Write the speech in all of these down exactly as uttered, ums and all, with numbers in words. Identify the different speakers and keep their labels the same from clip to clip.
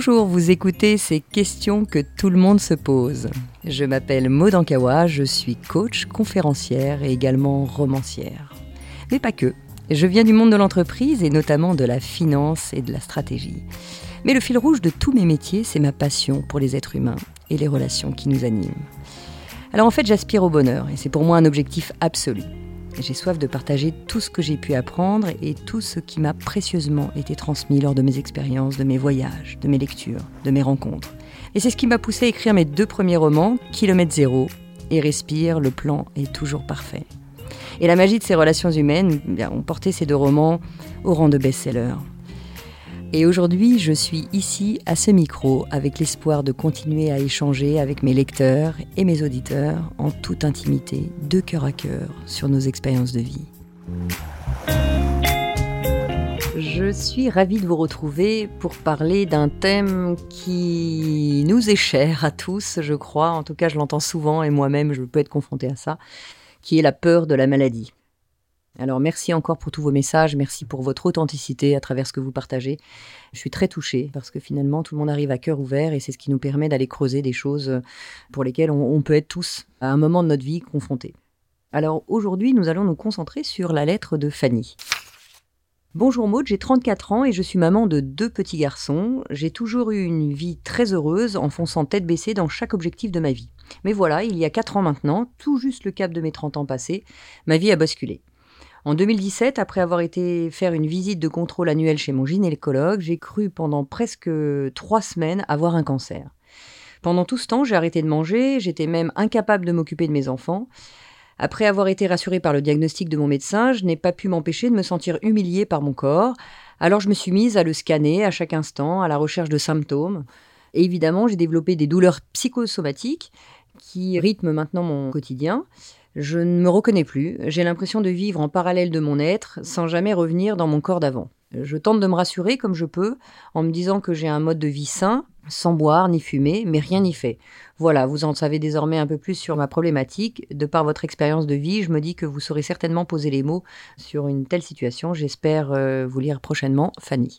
Speaker 1: Bonjour, vous écoutez ces questions que tout le monde se pose. Je m'appelle Maud Ankawa, je suis coach, conférencière et également romancière. Mais pas que. Je viens du monde de l'entreprise et notamment de la finance et de la stratégie. Mais le fil rouge de tous mes métiers, c'est ma passion pour les êtres humains et les relations qui nous animent. Alors en fait, j'aspire au bonheur et c'est pour moi un objectif absolu. J'ai soif de partager tout ce que j'ai pu apprendre et tout ce qui m'a précieusement été transmis lors de mes expériences, de mes voyages, de mes lectures, de mes rencontres. Et c'est ce qui m'a poussé à écrire mes deux premiers romans, Kilomètre Zéro et Respire, le plan est toujours parfait. Et la magie de ces relations humaines eh bien, ont porté ces deux romans au rang de best-sellers. Et aujourd'hui, je suis ici à ce micro avec l'espoir de continuer à échanger avec mes lecteurs et mes auditeurs en toute intimité, de cœur à cœur, sur nos expériences de vie. Je suis ravie de vous retrouver pour parler d'un thème qui nous est cher à tous, je crois. En tout cas, je l'entends souvent et moi-même, je peux être confrontée à ça, qui est la peur de la maladie. Alors merci encore pour tous vos messages, merci pour votre authenticité à travers ce que vous partagez. Je suis très touchée parce que finalement tout le monde arrive à cœur ouvert et c'est ce qui nous permet d'aller creuser des choses pour lesquelles on, on peut être tous à un moment de notre vie confrontés. Alors aujourd'hui nous allons nous concentrer sur la lettre de Fanny. Bonjour Maud, j'ai trente-quatre ans et je suis maman de deux petits garçons. J'ai toujours eu une vie très heureuse en fonçant tête baissée dans chaque objectif de ma vie. Mais voilà, il y a quatre ans maintenant, tout juste le cap de mes trente ans passés, ma vie a basculé. En deux mille dix-sept, après avoir été faire une visite de contrôle annuelle chez mon gynécologue, j'ai cru pendant presque trois semaines avoir un cancer. Pendant tout ce temps, j'ai arrêté de manger, j'étais même incapable de m'occuper de mes enfants. Après avoir été rassurée par le diagnostic de mon médecin, je n'ai pas pu m'empêcher de me sentir humiliée par mon corps. Alors je me suis mise à le scanner à chaque instant, à la recherche de symptômes. Et évidemment, j'ai développé des douleurs psychosomatiques qui rythment maintenant mon quotidien. Je ne me reconnais plus, j'ai l'impression de vivre en parallèle de mon être, sans jamais revenir dans mon corps d'avant. Je tente de me rassurer comme je peux, en me disant que j'ai un mode de vie sain, sans boire ni fumer, mais rien n'y fait. Voilà, vous en savez désormais un peu plus sur ma problématique. De par votre expérience de vie, je me dis que vous saurez certainement poser les mots sur une telle situation. J'espère euh, vous lire prochainement, Fanny.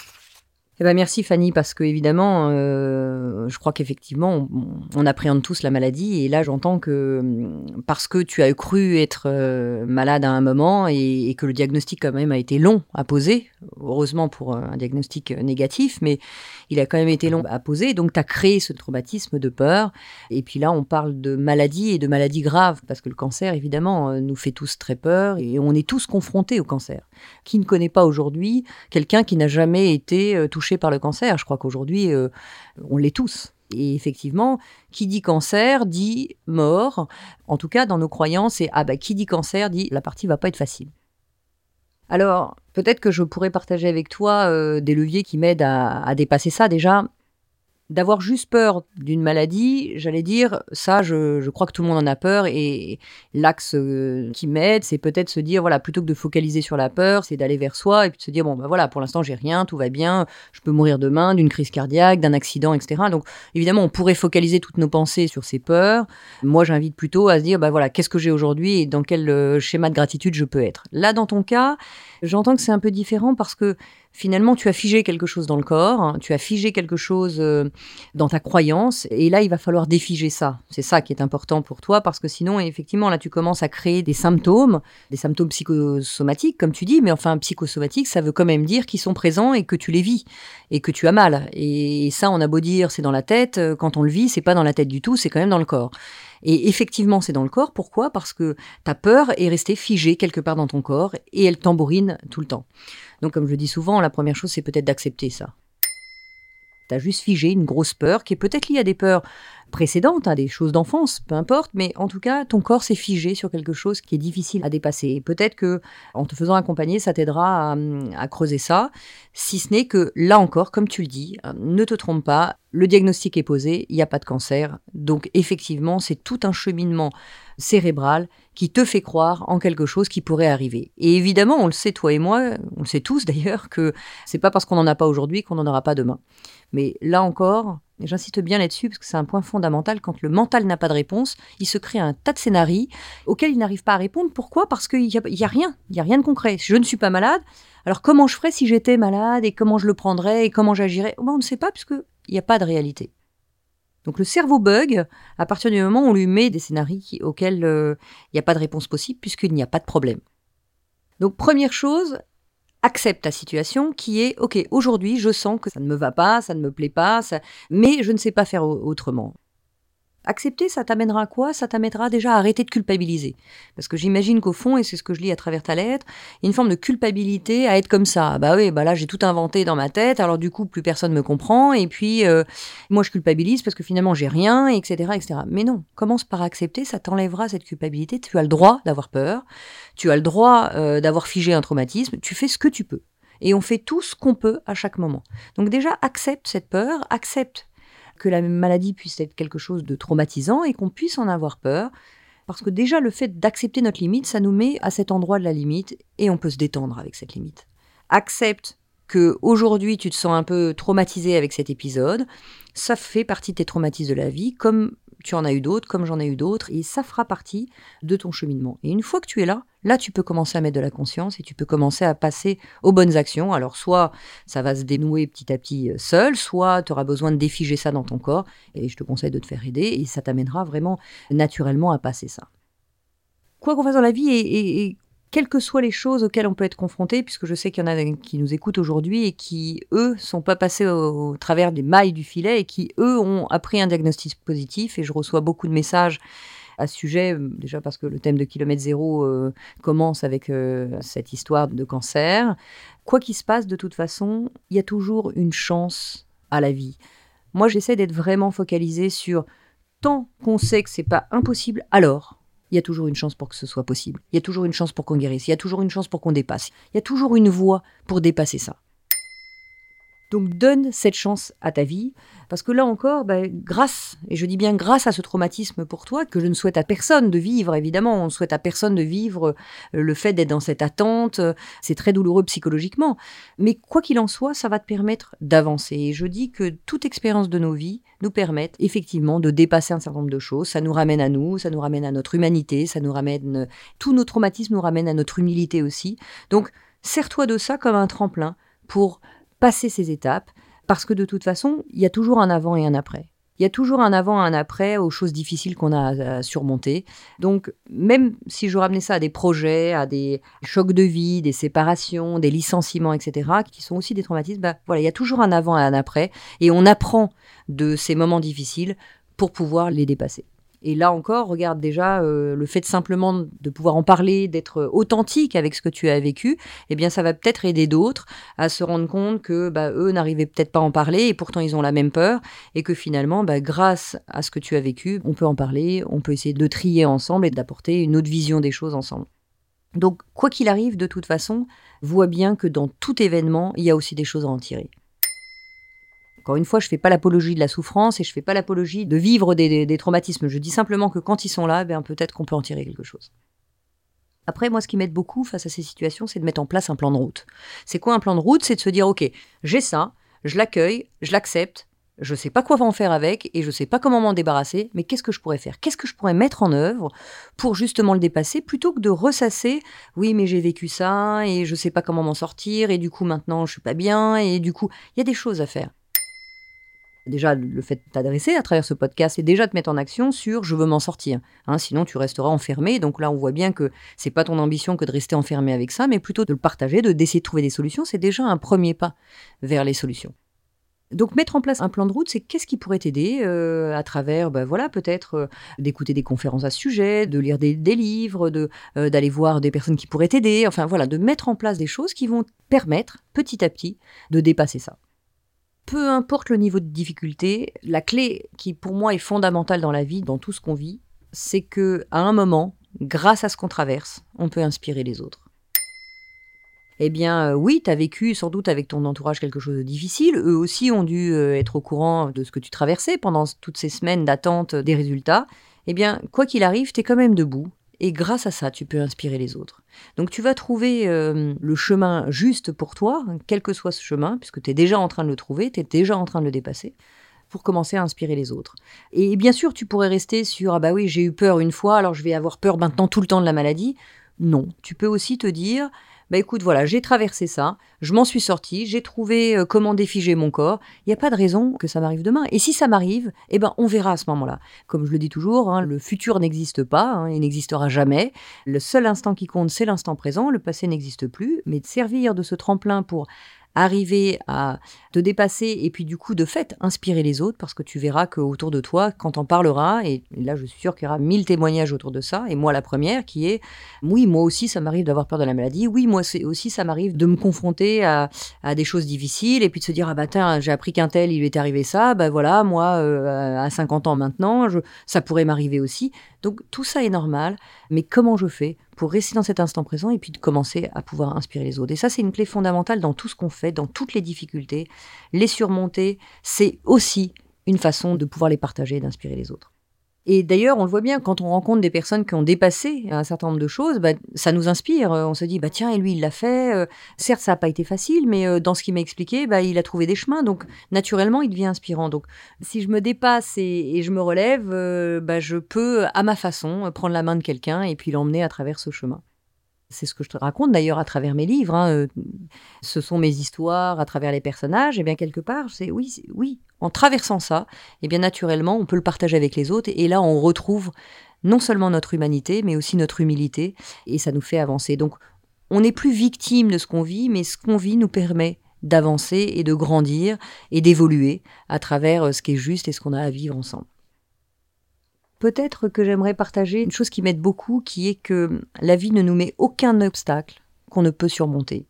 Speaker 1: Eh ben merci Fanny, parce que évidemment, euh, je crois qu'effectivement, on, on appréhende tous la maladie. Et là, j'entends que parce que tu as cru être euh, malade à un moment et, et que le diagnostic quand même a été long à poser, heureusement pour un diagnostic négatif, mais il a quand même été long à poser. Donc, tu as créé ce traumatisme de peur. Et puis là, on parle de maladie et de maladie grave, parce que le cancer, évidemment, nous fait tous très peur et on est tous confrontés au cancer. Qui ne connaît pas aujourd'hui quelqu'un qui n'a jamais été euh, touché par le cancer? Je crois qu'aujourd'hui, euh, on l'est tous. Et effectivement, qui dit cancer dit mort. En tout cas, dans nos croyances, c'est ah bah qui dit cancer dit la partie va pas être facile. Alors, peut-être que je pourrais partager avec toi euh, des leviers qui m'aident à, à dépasser ça. Déjà, d'avoir juste peur d'une maladie, j'allais dire, ça, je, je crois que tout le monde en a peur. Et l'axe euh, qui m'aide, c'est peut-être se dire, voilà, plutôt que de focaliser sur la peur, c'est d'aller vers soi et puis de se dire, bon, ben voilà, pour l'instant, j'ai rien, tout va bien, je peux mourir demain d'une crise cardiaque, d'un accident, et cetera. Donc, évidemment, on pourrait focaliser toutes nos pensées sur ces peurs. Moi, j'invite plutôt à se dire, ben voilà, qu'est-ce que j'ai aujourd'hui et dans quel euh, schéma de gratitude je peux être. Là, dans ton cas, j'entends que c'est un peu différent parce que finalement, tu as figé quelque chose dans le corps, hein, tu as figé quelque chose euh, dans ta croyance, et là, il va falloir défiger ça. C'est ça qui est important pour toi, parce que sinon, effectivement, là, tu commences à créer des symptômes, des symptômes psychosomatiques, comme tu dis, mais enfin, psychosomatique, ça veut quand même dire qu'ils sont présents et que tu les vis, et que tu as mal. Et ça, on a beau dire, c'est dans la tête, quand on le vit, c'est pas dans la tête du tout, c'est quand même dans le corps. Et effectivement, c'est dans le corps. Pourquoi ? Parce que ta peur est restée figée quelque part dans ton corps et elle tambourine tout le temps. Donc, comme je le dis souvent, la première chose, c'est peut-être d'accepter ça. T'as juste figé une grosse peur qui est peut-être liée à des peurs précédentes, à des choses d'enfance, peu importe, mais en tout cas, ton corps s'est figé sur quelque chose qui est difficile à dépasser. Et peut-être que, en te faisant accompagner, ça t'aidera à, à creuser ça, si ce n'est que, là encore, comme tu le dis, ne te trompe pas, le diagnostic est posé, il n'y a pas de cancer, donc effectivement, c'est tout un cheminement cérébral qui te fait croire en quelque chose qui pourrait arriver. Et évidemment, on le sait, toi et moi, on le sait tous d'ailleurs, que c'est pas parce qu'on n'en a pas aujourd'hui qu'on n'en aura pas demain. Mais là encore, j'insiste bien là-dessus parce que c'est un point fondamental, quand le mental n'a pas de réponse, il se crée un tas de scénarios auxquels il n'arrive pas à répondre. Pourquoi ? Parce qu'il n'y a, il y a rien, il n'y a rien de concret. Je ne suis pas malade, alors comment je ferais si j'étais malade et comment je le prendrais et comment j'agirais ? Ben, on ne sait pas puisque il n'y a pas de réalité. Donc le cerveau bug à partir du moment où on lui met des scénarios qui, auxquels il euh, n'y a pas de réponse possible puisqu'il n'y a pas de problème. Donc première chose, accepte ta situation qui est « Ok, aujourd'hui, je sens que ça ne me va pas, ça ne me plaît pas, ça... mais je ne sais pas faire autrement. » Accepter, ça t'amènera à quoi ? Ça t'amènera déjà à arrêter de culpabiliser. Parce que j'imagine qu'au fond, et c'est ce que je lis à travers ta lettre, il y a une forme de culpabilité à être comme ça. Bah oui, bah là, j'ai tout inventé dans ma tête, alors du coup, plus personne me comprend, et puis euh, moi, je culpabilise parce que finalement, j'ai rien, et cetera, et cetera. Mais non, commence par accepter, ça t'enlèvera cette culpabilité. Tu as le droit d'avoir peur, tu as le droit euh, d'avoir figé un traumatisme, tu fais ce que tu peux. Et on fait tout ce qu'on peut à chaque moment. Donc déjà, accepte cette peur, accepte que la maladie puisse être quelque chose de traumatisant et qu'on puisse en avoir peur. Parce que déjà, le fait d'accepter notre limite, ça nous met à cet endroit de la limite et on peut se détendre avec cette limite. Accepte qu'aujourd'hui, tu te sens un peu traumatisé avec cet épisode. Ça fait partie de tes traumatismes de la vie, comme tu en as eu d'autres, comme j'en ai eu d'autres, et ça fera partie de ton cheminement. Et une fois que tu es là, là, tu peux commencer à mettre de la conscience et tu peux commencer à passer aux bonnes actions. Alors, soit ça va se dénouer petit à petit seul, soit tu auras besoin de défiger ça dans ton corps, et je te conseille de te faire aider, et ça t'amènera vraiment naturellement à passer ça. Quoi qu'on fasse dans la vie, et, et, et quelles que soient les choses auxquelles on peut être confronté, puisque je sais qu'il y en a qui nous écoutent aujourd'hui et qui, eux, sont pas passés au, au travers des mailles du filet et qui, eux, ont appris un diagnostic positif. Et je reçois beaucoup de messages à ce sujet, déjà parce que le thème de Kilomètre Zéro euh, commence avec euh, cette histoire de cancer. Quoi qu'il se passe, de toute façon, il y a toujours une chance à la vie. Moi, j'essaie d'être vraiment focalisée sur tant qu'on sait que c'est pas impossible, alors il y a toujours une chance pour que ce soit possible. Il y a toujours une chance pour qu'on guérisse. Il y a toujours une chance pour qu'on dépasse. Il y a toujours une voie pour dépasser ça. Donc donne cette chance à ta vie, parce que là encore, bah, grâce, et je dis bien grâce à ce traumatisme pour toi, que je ne souhaite à personne de vivre, évidemment, on ne souhaite à personne de vivre le fait d'être dans cette attente, c'est très douloureux psychologiquement, mais quoi qu'il en soit, ça va te permettre d'avancer. Et je dis que toute expérience de nos vies nous permettent effectivement de dépasser un certain nombre de choses, ça nous ramène à nous, ça nous ramène à notre humanité, ça nous ramène, tous nos traumatismes nous ramènent à notre humilité aussi. Donc, sers-toi de ça comme un tremplin pour passer ces étapes, parce que de toute façon, il y a toujours un avant et un après. Il y a toujours un avant et un après aux choses difficiles qu'on a à surmonter. Donc, même si je ramenais ça à des projets, à des chocs de vie, des séparations, des licenciements, et cetera, qui sont aussi des traumatismes, bah, voilà, il y a toujours un avant et un après, et on apprend de ces moments difficiles pour pouvoir les dépasser. Et là encore, regarde déjà euh, le fait simplement de pouvoir en parler, d'être authentique avec ce que tu as vécu, eh bien ça va peut-être aider d'autres à se rendre compte que bah, eux n'arrivaient peut-être pas à en parler et pourtant ils ont la même peur et que finalement, bah, grâce à ce que tu as vécu, on peut en parler, on peut essayer de trier ensemble et d'apporter une autre vision des choses ensemble. Donc quoi qu'il arrive, de toute façon, vois bien que dans tout événement, il y a aussi des choses à en tirer. Encore une fois, je ne fais pas l'apologie de la souffrance et je ne fais pas l'apologie de vivre des, des, des traumatismes. Je dis simplement que quand ils sont là, ben peut-être qu'on peut en tirer quelque chose. Après, moi, ce qui m'aide beaucoup face à ces situations, c'est de mettre en place un plan de route. C'est quoi un plan de route ? C'est de se dire, ok, j'ai ça, je l'accueille, je l'accepte, je ne sais pas quoi en faire avec et je ne sais pas comment m'en débarrasser, mais qu'est-ce que je pourrais faire ? Qu'est-ce que je pourrais mettre en œuvre pour justement le dépasser, plutôt que de ressasser, oui, mais j'ai vécu ça et je ne sais pas comment m'en sortir et du coup, maintenant, je ne suis pas bien et du coup, il y a des choses à faire. Déjà, le fait de t'adresser à travers ce podcast, c'est déjà de mettre en action sur « je veux m'en sortir hein, ». Sinon, tu resteras enfermé. Donc là, on voit bien que c'est pas ton ambition que de rester enfermé avec ça, mais plutôt de le partager, de, d'essayer de trouver des solutions. C'est déjà un premier pas vers les solutions. Donc, mettre en place un plan de route, c'est qu'est-ce qui pourrait t'aider euh, à travers, ben voilà, peut-être euh, d'écouter des conférences à ce sujet, de lire des, des livres, de, euh, d'aller voir des personnes qui pourraient t'aider. Enfin, voilà, de mettre en place des choses qui vont te permettre, petit à petit, de dépasser ça. Peu importe le niveau de difficulté, la clé qui pour moi est fondamentale dans la vie, dans tout ce qu'on vit, c'est qu'à un moment, grâce à ce qu'on traverse, on peut inspirer les autres. Eh bien euh, oui, tu as vécu sans doute avec ton entourage quelque chose de difficile, eux aussi ont dû euh, être au courant de ce que tu traversais pendant toutes ces semaines d'attente des résultats. Eh bien, quoi qu'il arrive, tu es quand même debout. Et grâce à ça, tu peux inspirer les autres. Donc tu vas trouver euh, le chemin juste pour toi, quel que soit ce chemin, puisque tu es déjà en train de le trouver, tu es déjà en train de le dépasser, pour commencer à inspirer les autres. Et bien sûr, tu pourrais rester sur « ah bah oui, j'ai eu peur une fois, alors je vais avoir peur maintenant tout le temps de la maladie ». Non, tu peux aussi te dire bah écoute, voilà, j'ai traversé ça, je m'en suis sortie, j'ai trouvé euh, comment défiger mon corps. Il n'y a pas de raison que ça m'arrive demain. Et si ça m'arrive, eh ben on verra à ce moment-là. Comme je le dis toujours, hein, le futur n'existe pas, hein, il n'existera jamais. Le seul instant qui compte, c'est l'instant présent. Le passé n'existe plus, mais de servir de ce tremplin pour arriver à te dépasser et puis du coup de fait inspirer les autres, parce que tu verras qu'autour de toi, quand on parlera, et là je suis sûre qu'il y aura mille témoignages autour de ça, et moi la première qui est oui, moi aussi ça m'arrive d'avoir peur de la maladie, oui, moi c'est aussi ça m'arrive de me confronter à, à des choses difficiles et puis de se dire ah bah tiens, j'ai appris qu'un tel il lui est arrivé ça, bah voilà, moi euh, à cinquante ans maintenant je, ça pourrait m'arriver aussi. Donc tout ça est normal, mais comment je fais pour rester dans cet instant présent et puis de commencer à pouvoir inspirer les autres. Et ça, c'est une clé fondamentale dans tout ce qu'on fait, dans toutes les difficultés. Les surmonter, c'est aussi une façon de pouvoir les partager et d'inspirer les autres. Et d'ailleurs, on le voit bien, quand on rencontre des personnes qui ont dépassé un certain nombre de choses, bah, ça nous inspire. On se dit, bah, tiens, et lui, il l'a fait. Euh, certes, ça n'a pas été facile, mais euh, dans ce qu'il m'a expliqué, bah, il a trouvé des chemins. Donc, naturellement, il devient inspirant. Donc, si je me dépasse et, et je me relève, euh, bah, je peux, à ma façon, prendre la main de quelqu'un et puis l'emmener à travers ce chemin. C'est ce que je te raconte d'ailleurs à travers mes livres. Hein. Ce sont mes histoires à travers les personnages. Et bien quelque part, c'est oui, c'est, oui. En traversant ça, et bien naturellement, on peut le partager avec les autres. Et là, on retrouve non seulement notre humanité, mais aussi notre humilité. Et ça nous fait avancer. Donc, on n'est plus victime de ce qu'on vit, mais ce qu'on vit nous permet d'avancer et de grandir et d'évoluer à travers ce qui est juste et ce qu'on a à vivre ensemble. Peut-être que j'aimerais partager une chose qui m'aide beaucoup, qui est que la vie ne nous met aucun obstacle qu'on ne peut surmonter.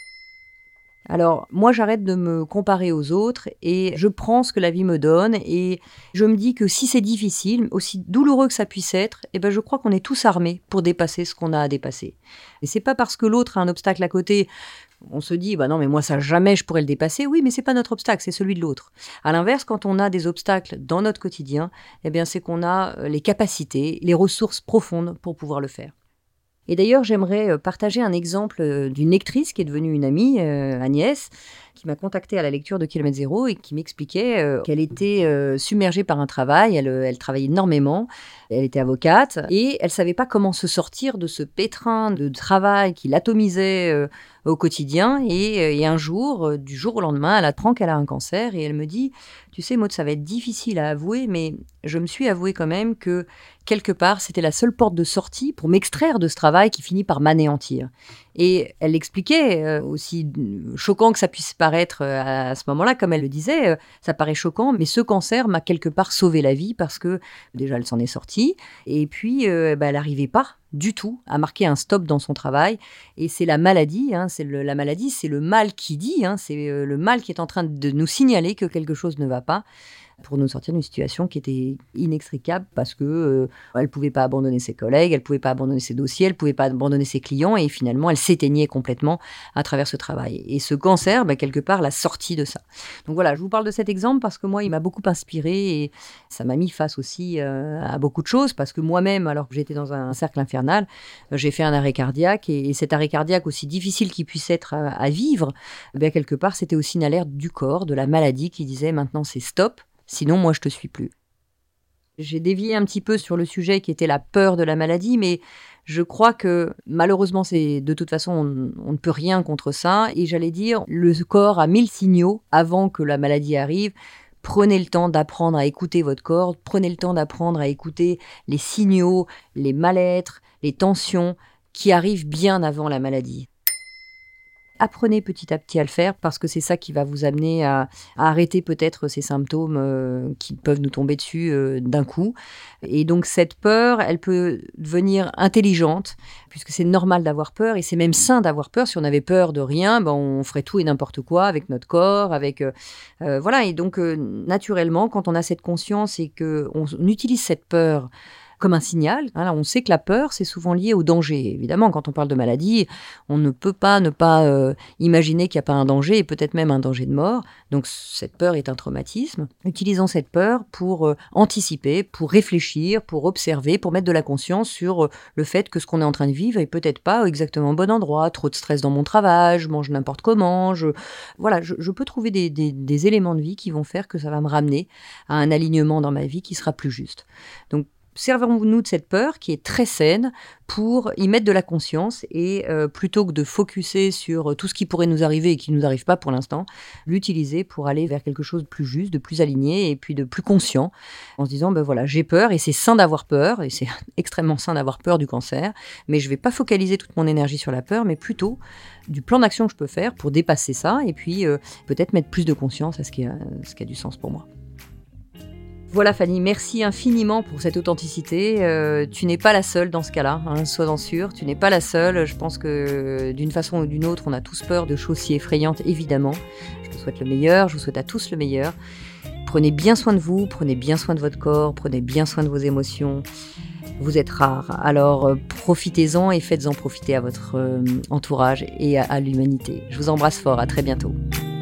Speaker 1: Alors, moi, j'arrête de me comparer aux autres et je prends ce que la vie me donne et je me dis que si c'est difficile, aussi douloureux que ça puisse être, eh ben, je crois qu'on est tous armés pour dépasser ce qu'on a à dépasser. Et c'est pas parce que l'autre a un obstacle à côté, on se dit, bah non, mais moi, ça, jamais je pourrais le dépasser. Oui, mais c'est pas notre obstacle, c'est celui de l'autre. À l'inverse, quand on a des obstacles dans notre quotidien, eh bien, c'est qu'on a les capacités, les ressources profondes pour pouvoir le faire. Et d'ailleurs, j'aimerais partager un exemple d'une lectrice qui est devenue une amie, euh, Agnès, qui m'a contactée à la lecture de Kilomètre Zéro et qui m'expliquait euh, qu'elle était euh, submergée par un travail. Elle, elle travaillait énormément, elle était avocate et elle savait pas comment se sortir de ce pétrin de travail qui l'atomisait euh, au quotidien. Et, et un jour, euh, du jour au lendemain, elle apprend qu'elle a un cancer et elle me dit « Tu sais, Maud, ça va être difficile à avouer, mais je me suis avoué quand même que quelque part, c'était la seule porte de sortie pour m'extraire de ce travail qui finit par m'anéantir. » Et elle l'expliquait, euh, aussi choquant que ça puisse paraître euh, à ce moment-là, comme elle le disait, euh, ça paraît choquant, mais ce cancer m'a quelque part sauvé la vie parce que déjà elle s'en est sortie, et puis euh, bah, elle n'arrivait pas du tout à marquer un stop dans son travail. Et c'est la maladie, hein, c'est le, la maladie, c'est le mal qui dit, hein, c'est euh, le mal qui est en train de nous signaler que quelque chose ne va pas, pour nous sortir d'une situation qui était inextricable parce que euh, elle pouvait pas abandonner ses collègues, elle pouvait pas abandonner ses dossiers, elle pouvait pas abandonner ses clients et finalement elle s'éteignait complètement à travers ce travail. Et ce cancer, bah, quelque part, l'a sortie de ça. Donc voilà, je vous parle de cet exemple parce que moi, il m'a beaucoup inspiré et ça m'a mis face aussi euh, à beaucoup de choses parce que moi-même, alors que j'étais dans un cercle infernal, euh, j'ai fait un arrêt cardiaque et, et cet arrêt cardiaque, aussi difficile qu'il puisse être à, à vivre, bah, quelque part, c'était aussi une alerte du corps, de la maladie qui disait maintenant c'est stop. Sinon, moi, je te suis plus. J'ai dévié un petit peu sur le sujet qui était la peur de la maladie, mais je crois que malheureusement, c'est de toute façon, on, on ne peut rien contre ça. Et j'allais dire, le corps a mille signaux avant que la maladie arrive. Prenez le temps d'apprendre à écouter votre corps, prenez le temps d'apprendre à écouter les signaux, les mal-être, les tensions qui arrivent bien avant la maladie. Apprenez petit à petit à le faire parce que c'est ça qui va vous amener à, à arrêter peut-être ces symptômes euh, qui peuvent nous tomber dessus euh, d'un coup. Et donc cette peur, elle peut devenir intelligente puisque c'est normal d'avoir peur et c'est même sain d'avoir peur. Si on avait peur de rien, ben on ferait tout et n'importe quoi avec notre corps, avec euh, euh, voilà. Et donc euh, naturellement, quand on a cette conscience et que on, on utilise cette peur comme un signal. Hein, on sait que la peur, c'est souvent lié au danger. Évidemment, quand on parle de maladie, on ne peut pas ne pas euh, imaginer qu'il n'y a pas un danger et peut-être même un danger de mort. Donc cette peur est un traumatisme. Utilisons cette peur pour euh, anticiper, pour réfléchir, pour observer, pour mettre de la conscience sur euh, le fait que ce qu'on est en train de vivre est peut-être pas exactement au bon endroit, trop de stress dans mon travail, je mange n'importe comment. Je... Voilà, je, je peux trouver des, des, des éléments de vie qui vont faire que ça va me ramener à un alignement dans ma vie qui sera plus juste. Donc servons-nous de cette peur qui est très saine pour y mettre de la conscience et euh, plutôt que de focuser sur tout ce qui pourrait nous arriver et qui ne nous arrive pas pour l'instant, l'utiliser pour aller vers quelque chose de plus juste, de plus aligné et puis de plus conscient en se disant ben voilà, j'ai peur et c'est sain d'avoir peur et c'est extrêmement sain d'avoir peur du cancer, mais je ne vais pas focaliser toute mon énergie sur la peur, mais plutôt du plan d'action que je peux faire pour dépasser ça et puis euh, peut-être mettre plus de conscience à ce qui a, ce qui a du sens pour moi. Voilà Fanny, merci infiniment pour cette authenticité. Euh, tu n'es pas la seule dans ce cas-là, hein, sois-en sûre, tu n'es pas la seule. Je pense que d'une façon ou d'une autre, on a tous peur de choses si effrayantes, évidemment. Je vous souhaite le meilleur, je vous souhaite à tous le meilleur. Prenez bien soin de vous, prenez bien soin de votre corps, prenez bien soin de vos émotions. Vous êtes rares, alors euh, profitez-en et faites-en profiter à votre euh, entourage et à, à l'humanité. Je vous embrasse fort, à très bientôt.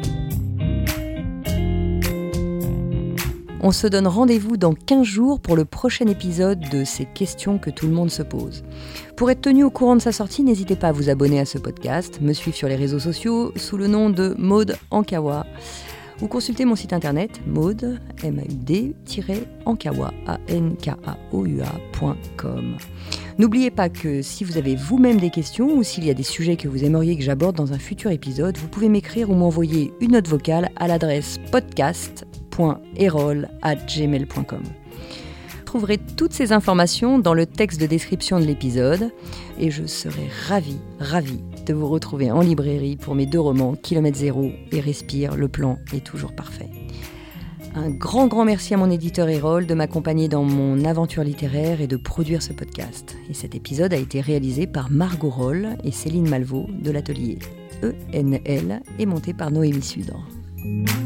Speaker 1: On se donne rendez-vous dans quinze jours pour le prochain épisode de ces questions que tout le monde se pose. Pour être tenu au courant de sa sortie, n'hésitez pas à vous abonner à ce podcast, me suivre sur les réseaux sociaux sous le nom de Maud Ankawa ou consulter mon site internet maud, M A U D, ankawa, A N K A O U A point com. N'oubliez pas que si vous avez vous-même des questions ou s'il y a des sujets que vous aimeriez que j'aborde dans un futur épisode, vous pouvez m'écrire ou m'envoyer une note vocale à l'adresse podcast point erol arobase gmail point com. Vous trouverez toutes ces informations dans le texte de description de l'épisode et je serai ravie, ravie de vous retrouver en librairie pour mes deux romans Kilomètre Zéro et Respire, le plan est toujours parfait. Un grand, grand merci à mon éditeur Erol de m'accompagner dans mon aventure littéraire et de produire ce podcast. Et cet épisode a été réalisé par Margot Roll et Céline Malvaux de l'atelier E N L et monté par Noémie Sudre.